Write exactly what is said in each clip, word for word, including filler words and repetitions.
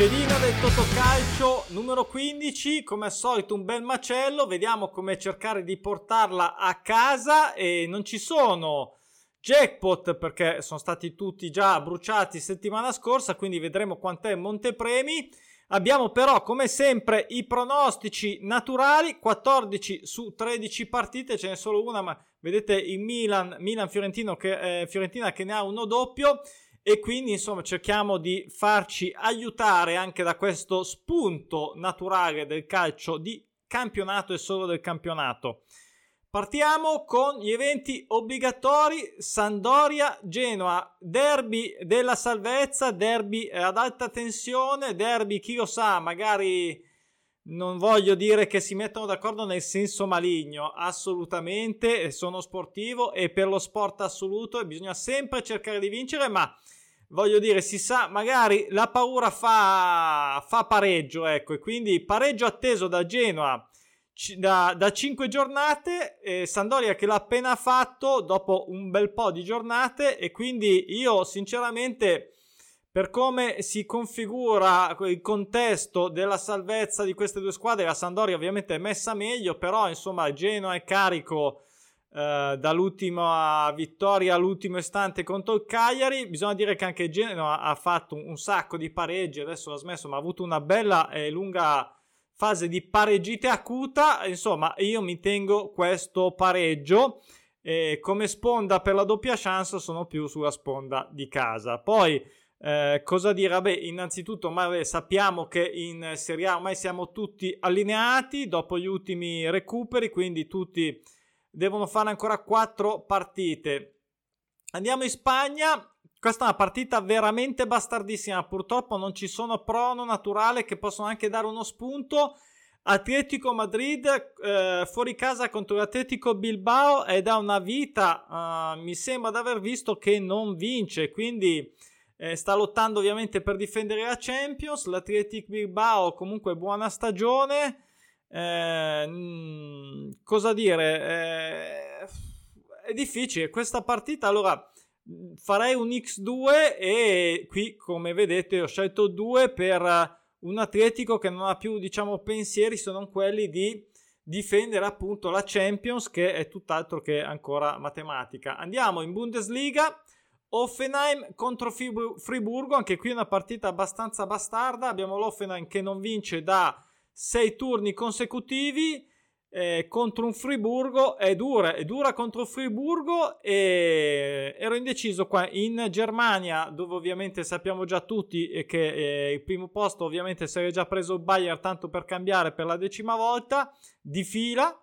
Schedina del Totocalcio numero quindici, come al solito un bel macello, vediamo come cercare di portarla a casa e non ci sono jackpot perché sono stati tutti già bruciati settimana scorsa, quindi vedremo quant'è montepremi. Abbiamo però come sempre i pronostici naturali, quattordici su tredici partite, ce n'è solo una, ma vedete il Milan, Milan Fiorentino che, eh, Fiorentina che ne ha uno doppio. E quindi insomma cerchiamo di farci aiutare anche da questo spunto naturale del calcio di campionato e solo del campionato. Partiamo con gli eventi obbligatori: Sampdoria-Genoa, derby della salvezza, derby ad alta tensione, derby chi lo sa, magari non voglio dire che si mettono d'accordo nel senso maligno, assolutamente, sono sportivo e per lo sport assoluto e bisogna sempre cercare di vincere, ma voglio dire, si sa, magari la paura fa, fa pareggio, ecco, e quindi pareggio atteso da Genoa da, da cinque giornate, eh, Sampdoria che l'ha appena fatto dopo un bel po' di giornate, e quindi io sinceramente, per come si configura il contesto della salvezza di queste due squadre, la Sampdoria ovviamente è messa meglio, però insomma Genoa è carico eh, dall'ultima vittoria all'ultimo istante contro il Cagliari. Bisogna dire che anche Genoa ha fatto un, un sacco di pareggi, adesso ha smesso, ma ha avuto una bella e lunga fase di pareggite acuta. Insomma, io mi tengo questo pareggio. E come sponda per la doppia chance sono più sulla sponda di casa. Poi Eh, cosa dire? Vabbè, innanzitutto ma, sappiamo che in Serie A ormai siamo tutti allineati dopo gli ultimi recuperi, quindi tutti devono fare ancora quattro partite. Andiamo in Spagna. Questa è una partita veramente bastardissima, purtroppo non ci sono prono naturale che possono anche dare uno spunto. Atletico Madrid eh, fuori casa contro l'Atletico Bilbao, è da una vita, uh, mi sembra di aver visto che non vince, quindi Eh, sta lottando ovviamente per difendere la Champions. L'Athletic Bilbao comunque buona stagione, eh, mh, cosa dire, eh, è difficile questa partita. Allora farei un ics due e qui come vedete ho scelto due per un Atletico che non ha più, diciamo, pensieri se non quelli di difendere appunto la Champions, che è tutt'altro che ancora matematica. Andiamo in Bundesliga. Hoffenheim contro Friburgo, anche qui una partita abbastanza bastarda. Abbiamo l'Hoffenheim che non vince da sei turni consecutivi eh, contro un Friburgo. È dura, è dura contro Friburgo, e ero indeciso qua in Germania, dove ovviamente sappiamo già tutti che eh, il primo posto ovviamente si è già preso il Bayern, tanto per cambiare per la decima volta di fila.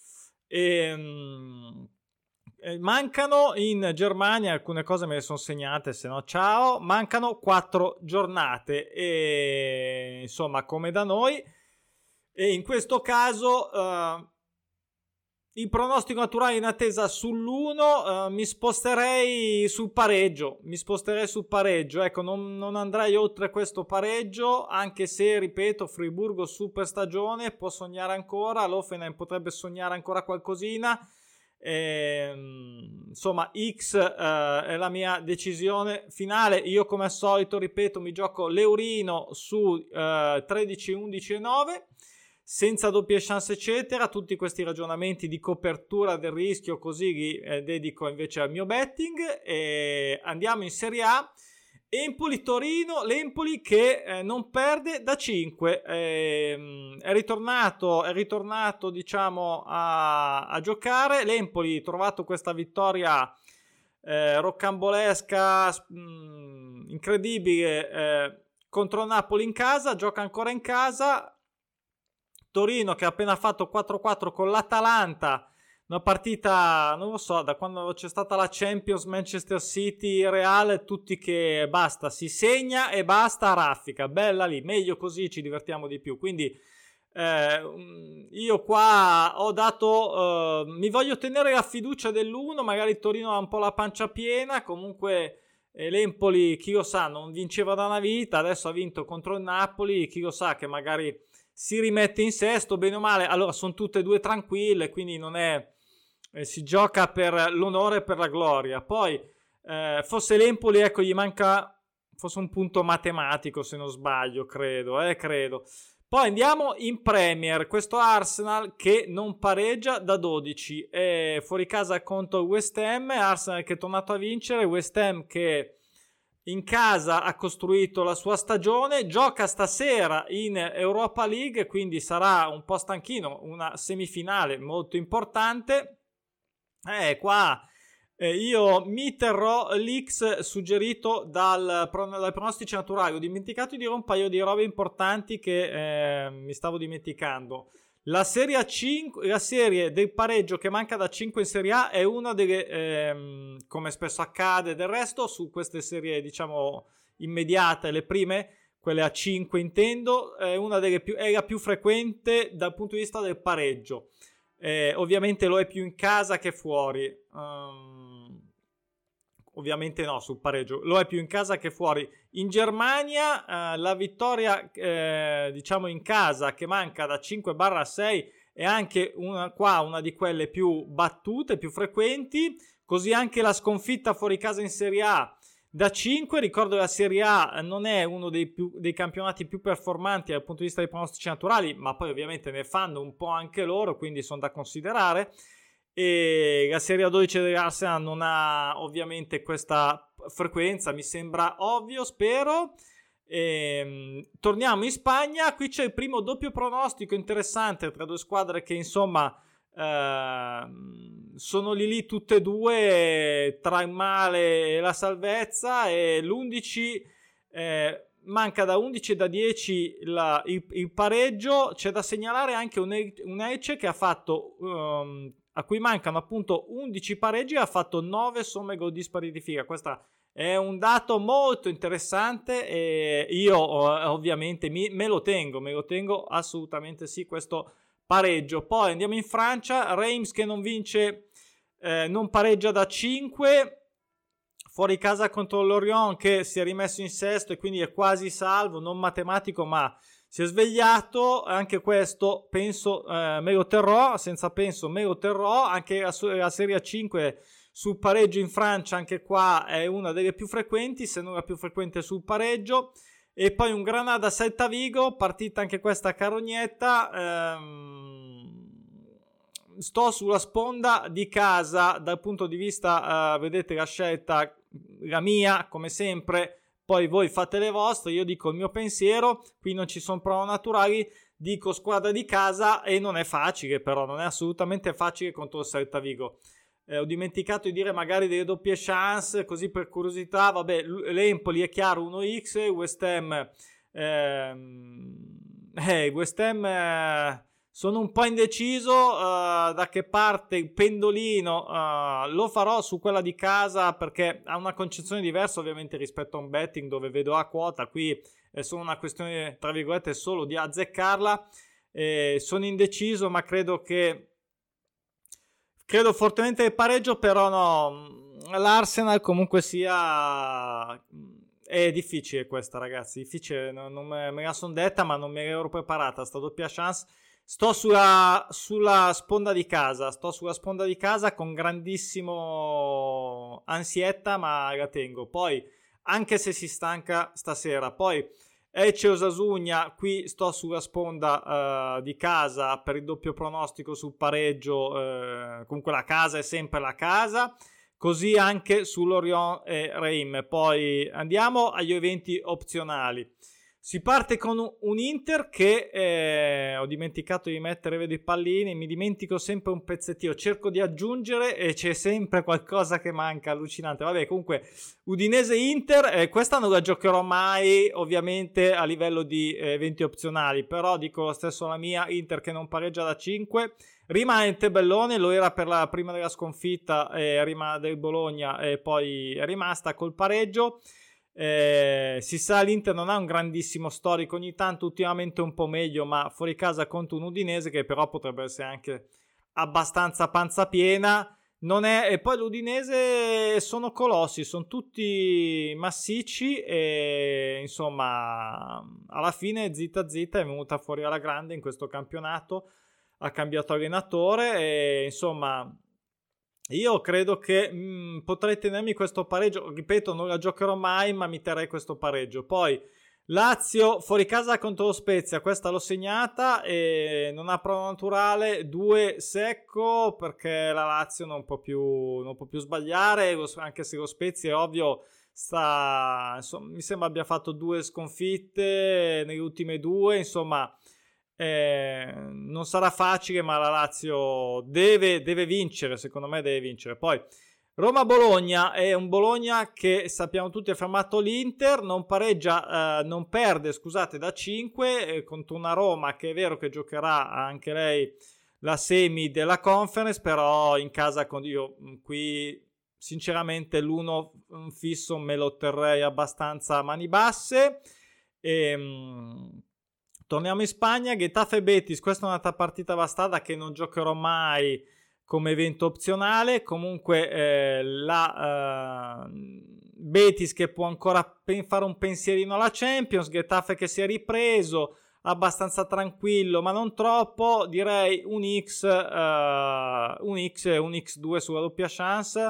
E mh, mancano in Germania, alcune cose me le sono segnate, se no ciao, mancano quattro giornate e insomma come da noi, e in questo caso uh, il pronostico naturale in attesa sull'uno, uh, mi sposterei sul pareggio, mi sposterei sul pareggio, ecco, non, non andrei oltre questo pareggio, anche se, ripeto, Friburgo super stagione, può sognare ancora, l'Hoffenheim potrebbe sognare ancora qualcosina. Eh, insomma X eh, è la mia decisione finale. Io come al solito, ripeto, mi gioco l'eurino su eh, tredici, undici e nove senza doppie chance eccetera. Tutti questi ragionamenti di copertura del rischio così li eh, dedico invece al mio betting. E andiamo in Serie A. Empoli-Torino, l'Empoli che eh, non perde da cinque, eh, è ritornato, è ritornato diciamo a, a giocare. L'Empoli ha trovato questa vittoria eh, rocambolesca, mh, incredibile eh, contro Napoli in casa, gioca ancora in casa. Torino che ha appena fatto quattro a quattro con l'Atalanta, una partita, non lo so, da quando c'è stata la Champions, Manchester City, Real, tutti che basta, si segna e basta, raffica, bella lì, meglio così, ci divertiamo di più. Quindi eh, io qua ho dato, eh, mi voglio tenere la fiducia dell'uno, magari il Torino ha un po' la pancia piena, comunque eh, l'Empoli, chi lo sa, non vinceva da una vita, adesso ha vinto contro il Napoli, chi lo sa che magari si rimette in sesto, bene o male. Allora sono tutte e due tranquille, quindi non è... Eh, si gioca per l'onore e per la gloria. Poi eh, forse l'Empoli, ecco, gli manca fosse un punto matematico, se non sbaglio, credo, eh, credo. Poi andiamo in Premier, questo Arsenal che non pareggia da dodici, è fuori casa contro West Ham, Arsenal che è tornato a vincere, West Ham che in casa ha costruito la sua stagione, gioca stasera in Europa League, quindi sarà un po' stanchino, una semifinale molto importante. Eh, qua eh, io mi terrò l'X suggerito dal, dai pronostici naturali. Ho dimenticato di dire un paio di robe importanti che eh, mi stavo dimenticando. La serie cinque, la serie del pareggio che manca da cinque in Serie A è una delle, ehm, come spesso accade del resto, su queste serie diciamo immediate, le prime, quelle a cinque intendo, è una delle più, è la più frequente dal punto di vista del pareggio. Eh, ovviamente lo è più in casa che fuori. Um, ovviamente no, sul pareggio lo è più in casa che fuori. In Germania eh, la vittoria eh, diciamo in casa che manca da cinque a sei è anche una, qua una di quelle più battute, più frequenti, così anche la sconfitta fuori casa in Serie A da cinque. Ricordo che la Serie A non è uno dei, più, dei campionati più performanti dal punto di vista dei pronostici naturali, ma poi ovviamente ne fanno un po' anche loro, quindi sono da considerare. E la Serie A dodici dell'Arsenal non ha ovviamente questa frequenza, mi sembra ovvio, spero. E, torniamo in Spagna, qui c'è il primo doppio pronostico interessante tra due squadre che insomma eh, sono lì lì tutte e due tra il male e la salvezza, e l'undici eh, manca da undici e da dieci la, il, il pareggio. C'è da segnalare anche un, un Elche che ha fatto um, a cui mancano appunto undici pareggi e ha fatto nove somme gol dispari di fila. Questa è un dato molto interessante e io ovviamente mi, me lo tengo, me lo tengo assolutamente sì questo pareggio. Poi andiamo in Francia, Reims che non vince, eh, non pareggia da cinque, fuori casa contro l'Orient che si è rimesso in sesto e quindi è quasi salvo, non matematico ma si è svegliato. Anche questo penso eh, me lo terrò, senza penso me lo terrò. Anche la, la Serie A cinque sul pareggio in Francia, anche qua è una delle più frequenti, se non la più frequente sul pareggio. E poi un Granada Celta Vigo, partita anche questa carognetta. Ehm, sto sulla sponda di casa dal punto di vista, eh, vedete la scelta, la mia come sempre, poi voi fate le vostre, io dico il mio pensiero, qui non ci sono prove naturali, dico squadra di casa e non è facile, però non è assolutamente facile contro il Celta Vigo. Eh, ho dimenticato di dire magari delle doppie chance, così per curiosità. Vabbè, l'Empoli è chiaro uno X, West Ham ehm, eh, West Ham eh, sono un po' indeciso uh, da che parte il pendolino uh, lo farò su quella di casa, perché ha una concezione diversa ovviamente rispetto a un betting dove vedo a quota. Qui è solo una questione tra virgolette solo di azzeccarla. Eh, sono indeciso, ma credo che credo fortemente il pareggio, però no, l'Arsenal comunque sia è difficile questa, ragazzi, difficile, non, non me, me la son detta ma non me l'ero preparata sta doppia chance. Sto sulla, sulla sponda di casa, sto sulla sponda di casa con grandissimo ansietta, ma la tengo. Poi, anche se si stanca stasera, poi Lecce Osasuna, qui sto sulla sponda uh, di casa per il doppio pronostico sul pareggio, uh, comunque la casa è sempre la casa, così anche sull'Orient e Reims. Poi andiamo agli eventi opzionali. Si parte con un Inter che eh, ho dimenticato di mettere, vedo i pallini, mi dimentico sempre un pezzettino, cerco di aggiungere e c'è sempre qualcosa che manca, allucinante. Vabbè, comunque Udinese-Inter, eh, questa non la giocherò mai ovviamente a livello di eh, eventi opzionali, però dico lo stesso la mia, Inter che non pareggia da cinque, rimane in tabellone, lo era per la prima della sconfitta eh, rimane del Bologna e poi è rimasta col pareggio. Eh, si sa, l'Inter non ha un grandissimo storico, ogni tanto ultimamente un po' meglio, ma fuori casa contro un Udinese che però potrebbe essere anche abbastanza panza piena. Non è, e poi l'Udinese sono colossi, sono tutti massicci e insomma alla fine zitta zitta è venuta fuori alla grande in questo campionato, ha cambiato allenatore e insomma io credo che mh, potrei tenermi questo pareggio, ripeto, non la giocherò mai, ma mi terrei questo pareggio. Poi Lazio fuori casa contro lo Spezia, questa l'ho segnata e non ha prova naturale, due secco, perché la Lazio non può più, non può più sbagliare, anche se lo Spezia è ovvio sta, insomma, mi sembra abbia fatto due sconfitte nelle ultime due, insomma eh, non sarà facile, ma la Lazio deve, deve vincere, secondo me deve vincere. Poi Roma-Bologna è un Bologna che sappiamo tutti ha fermato l'Inter, non pareggia, eh, non perde, scusate, da cinque eh, contro una Roma che è vero che giocherà anche lei la semi della Conference, però in casa con io qui sinceramente l'uno fisso me lo terrei abbastanza a mani basse. E, mh, torniamo in Spagna, Getafe Betis, questa è un'altra partita bastarda che non giocherò mai come evento opzionale. Comunque eh, la uh, Betis che può ancora pen- fare un pensierino alla Champions, Getafe che si è ripreso abbastanza tranquillo ma non troppo, direi un X uh, un X e un X due sulla doppia chance.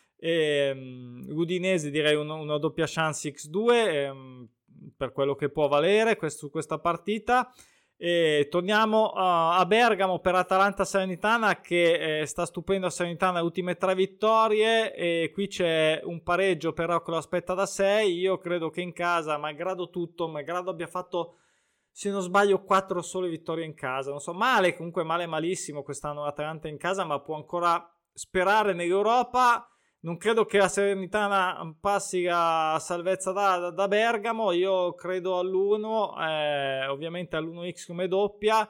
E, um, l'Udinese direi un, una doppia chance X due um, per quello che può valere questo, questa partita. E torniamo uh, a Bergamo per Atalanta Salernitana che eh, sta stupendo a Salernitana le ultime tre vittorie e qui c'è un pareggio però che lo aspetta da sei. Io credo che in casa, malgrado tutto, malgrado abbia fatto se non sbaglio quattro sole vittorie in casa, non so, male, comunque male malissimo quest'anno l'Atalanta in casa, ma può ancora sperare nell'Europa. Non credo che la Salernitana passi la salvezza da, da Bergamo, io credo all'uno, eh, ovviamente all'uno X come doppia,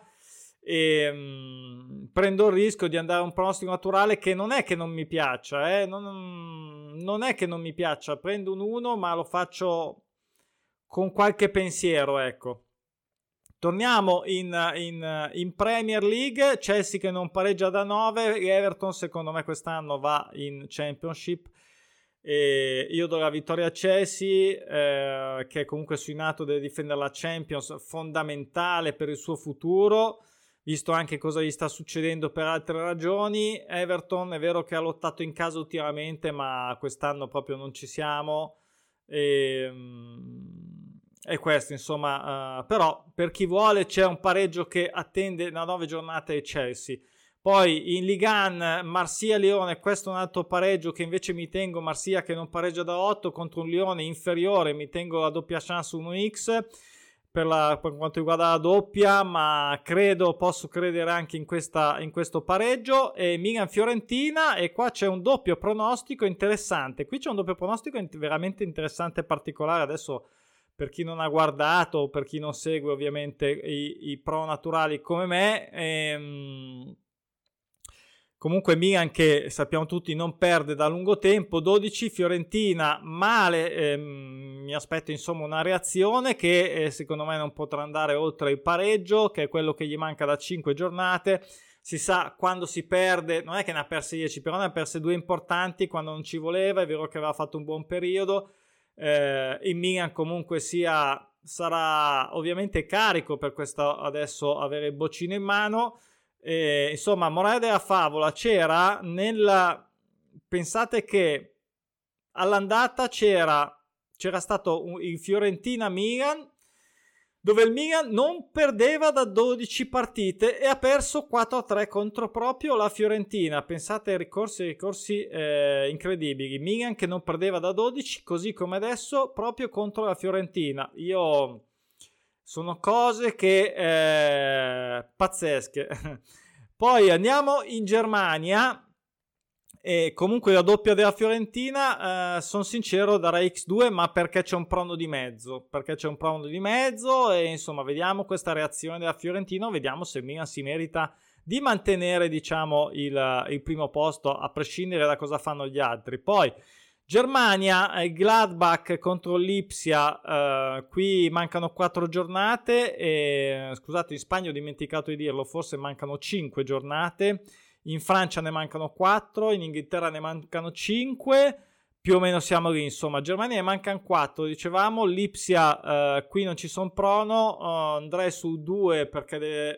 e mh, prendo il rischio di andare a un pronostico naturale che non è che non mi piaccia, eh, non, non è che non mi piaccia, prendo un uno ma lo faccio con qualche pensiero, ecco. Torniamo in, in, in Premier League, Chelsea che non pareggia da nove, Everton secondo me quest'anno va in Championship e io do la vittoria a Chelsea eh, che comunque sui nato deve difendere la Champions, fondamentale per il suo futuro, visto anche cosa gli sta succedendo per altre ragioni. Everton è vero che ha lottato in casa ultimamente, ma quest'anno proprio non ci siamo e... E questo insomma uh, però per chi vuole c'è un pareggio che attende da nove giornate ai Chelsea. Poi in Ligue uno Marsiglia-Lione, questo è un altro pareggio che invece mi tengo, Marsiglia che non pareggia da otto contro un Lione inferiore, mi tengo la doppia chance uno X per, la, per quanto riguarda la doppia, ma credo, posso credere anche in, questa, in questo pareggio. E Milan-Fiorentina, e qua c'è un doppio pronostico interessante, qui c'è un doppio pronostico veramente interessante e particolare. Adesso per chi non ha guardato, per chi non segue ovviamente i, i pro naturali come me, ehm, comunque Milan che sappiamo tutti non perde da lungo tempo, dodici, Fiorentina male, ehm, mi aspetto insomma una reazione che eh, secondo me non potrà andare oltre il pareggio, che è quello che gli manca da cinque giornate. Si sa, quando si perde, non è che ne ha perse dieci, però ne ha perse due importanti quando non ci voleva, è vero che aveva fatto un buon periodo. Eh, il Milan comunque sia sarà ovviamente carico per questo adesso avere il boccino in mano, eh, insomma morale della favola c'era nella, pensate che all'andata c'era c'era stato un, il Fiorentina-Milan dove il Milan non perdeva da dodici partite e ha perso quattro a tre contro proprio la Fiorentina. Pensate ai ricorsi, ricorsi eh, incredibili. Milan che non perdeva da dodici, così come adesso, proprio contro la Fiorentina. Io sono cose che eh, pazzesche. Poi andiamo in Germania. E comunque la doppia della Fiorentina, eh, sono sincero, darei X due, ma perché c'è un prono di mezzo, perché c'è un prono di mezzo e insomma vediamo questa reazione della Fiorentina, vediamo se il Milan si merita di mantenere diciamo il, il primo posto a prescindere da cosa fanno gli altri. Poi Germania, eh, Gladbach contro l'Ipsia, eh, qui mancano quattro giornate e scusate, in Spagna ho dimenticato di dirlo, forse mancano cinque giornate. In Francia ne mancano quattro, in Inghilterra ne mancano cinque, più o meno siamo lì, insomma. Germania ne mancano quattro, dicevamo, l'Ipsia eh, qui non ci sono prono, uh, andrei su due perché deve,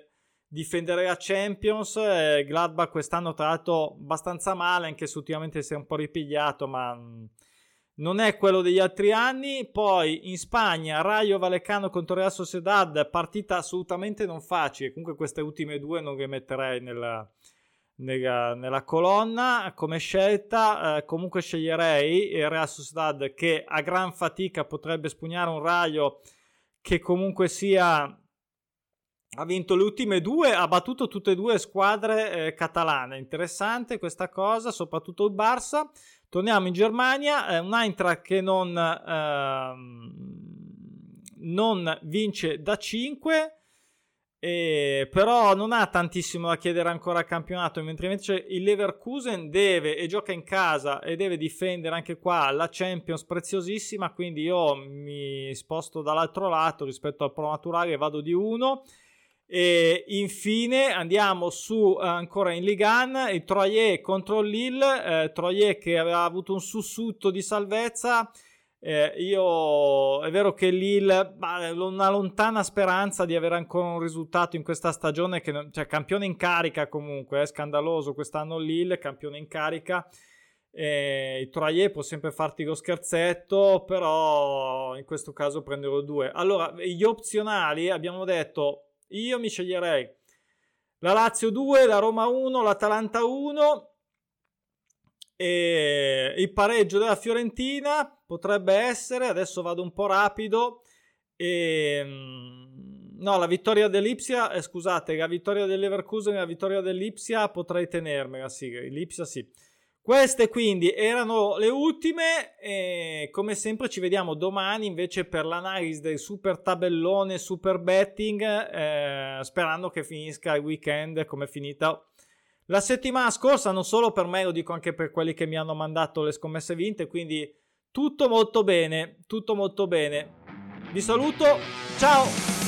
difendere la Champions. eh, Gladbach quest'anno tra l'altro abbastanza male, anche se ultimamente si è un po' ripigliato, ma mh, non è quello degli altri anni. Poi in Spagna Rayo Vallecano contro Real Sociedad, partita assolutamente non facile, comunque queste ultime due non le metterei nella, nella, nella colonna come scelta. Eh, comunque sceglierei il Real Sociedad, che a gran fatica potrebbe spugnare un Rayo che comunque sia ha vinto le ultime due, ha battuto tutte e due squadre eh, catalane. Interessante questa cosa, soprattutto il Barça. Torniamo in Germania, eh, un Eintracht che non, ehm, non vince da cinque, eh, però non ha tantissimo da chiedere ancora al campionato, mentre invece il Leverkusen deve e gioca in casa e deve difendere anche qua la Champions preziosissima, quindi io mi sposto dall'altro lato rispetto al Pro Naturale e vado di uno. E infine andiamo su eh, ancora in Ligue uno, il Troyes contro il Lille. eh, Troyes che aveva avuto un sussulto di salvezza. eh, io è vero che Lille ha una lontana speranza di avere ancora un risultato in questa stagione, che non, cioè campione in carica comunque, è scandaloso quest'anno Lille, campione in carica. Eh, il Troyes può sempre farti lo scherzetto, però in questo caso prenderò due. Allora, gli opzionali abbiamo detto, io mi sceglierei la Lazio due, la Roma uno, l'Atalanta uno, e il pareggio della Fiorentina potrebbe essere, adesso vado un po' rapido, e, no, la vittoria dell'Ipsia, eh, scusate, la vittoria del Leverkusen e la vittoria dell'Ipsia potrei tenermela, sì, l'Ipsia sì. Queste quindi erano le ultime, e come sempre ci vediamo domani invece per l'analisi del super tabellone, super betting, eh, sperando che finisca il weekend come è finita la settimana scorsa, non solo per me, lo dico anche per quelli che mi hanno mandato le scommesse vinte, quindi tutto molto bene, tutto molto bene. Vi saluto, ciao!